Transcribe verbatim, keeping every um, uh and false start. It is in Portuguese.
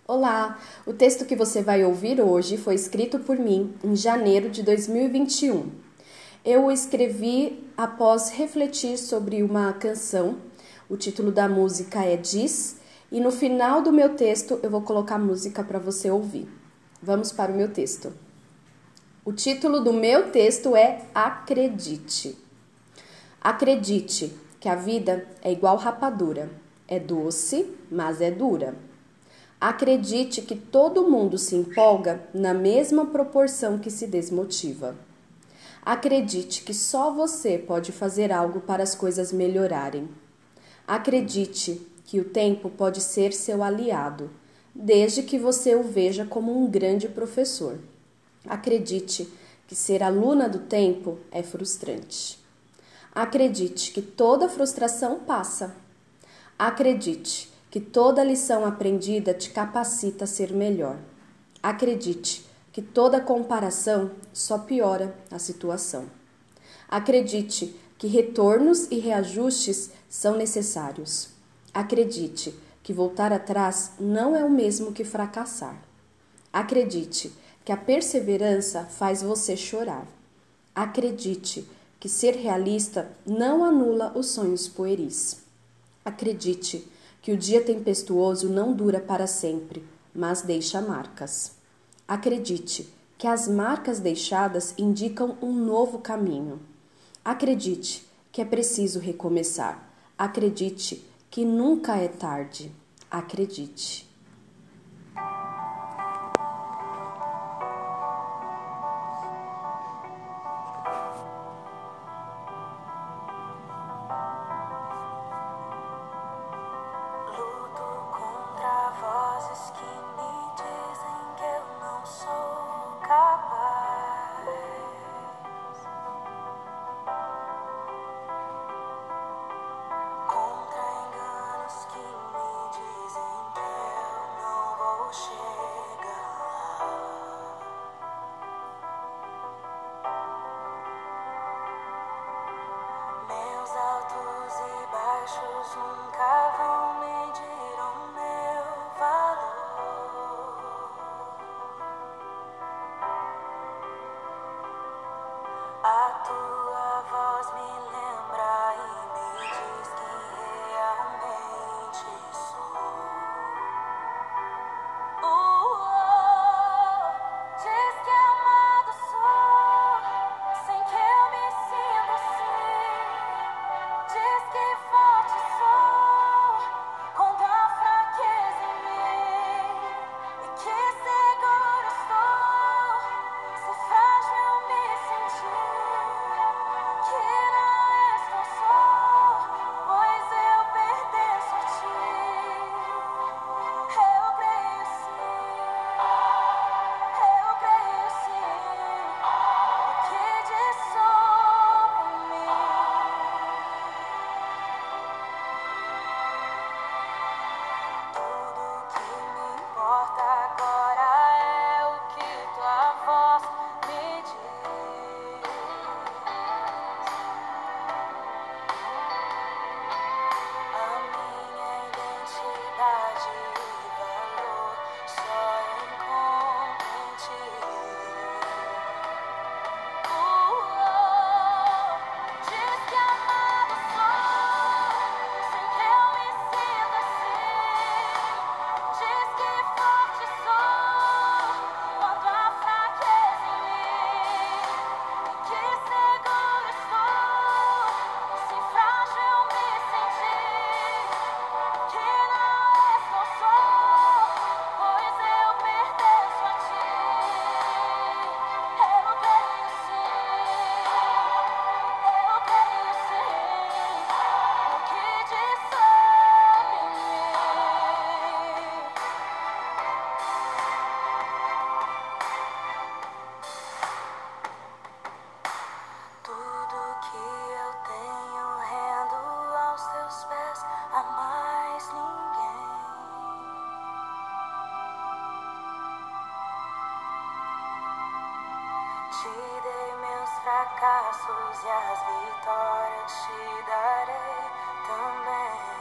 Olá! O texto que você vai ouvir hoje foi escrito por mim em janeiro de dois mil e vinte e um. Eu o escrevi após refletir sobre uma canção. O título da música é Diz, e no final do meu texto eu vou colocar a música para você ouvir. Vamos para o meu texto. O título do meu texto é Acredite. Acredite que a vida é igual rapadura. É doce, mas é dura. Acredite que todo mundo se empolga na mesma proporção que se desmotiva. Acredite que só você pode fazer algo para as coisas melhorarem. Acredite que o tempo pode ser seu aliado, desde que você o veja como um grande professor. Acredite que ser aluna do tempo é frustrante. Acredite que toda frustração passa. Acredite que toda lição aprendida te capacita a ser melhor. Acredite que toda comparação só piora a situação. Acredite que retornos e reajustes são necessários. Acredite que voltar atrás não é o mesmo que fracassar. Acredite que a perseverança faz você chorar. Acredite que ser realista não anula os sonhos pueris. Acredite que o dia tempestuoso não dura para sempre, mas deixa marcas. Acredite que as marcas deixadas indicam um novo caminho. Acredite que é preciso recomeçar. Acredite que nunca é tarde. Acredite. Vozes que me dizem que eu não sou capaz, contra enganos que me dizem que eu não vou chegar lá. Meus altos e baixos nunca vão medir o meu valor. A tua voz me lembra e me diz que realmente sou. Uh-oh, diz que amado sou, sem que eu me sinta assim. Diz que forte sou, quando há fraqueza em mim. E que seguro estou, se frágil me sentir. Que não estou só, pois eu pertenço a ti. Eu creio sim, eu creio sim, o que diz sobre mim. Tudo que me importa agora é o que tua voz me diz. A minha identidade e valor só encontro em ti. Uh-oh, diz que amado sou, sem que eu me sinta assim. Diz que forte sou, quando há fraqueza em mim. E que seguro estou, se frágil me sentir. Que não estou só, pois eu pertenço a ti. Eu creio sim, eu creio sim, no que diz sobre mim. Tudo que eu tenho rendo aos teus pés, a mais ninguém. Te dei meus fracassos e as vitórias te darei também.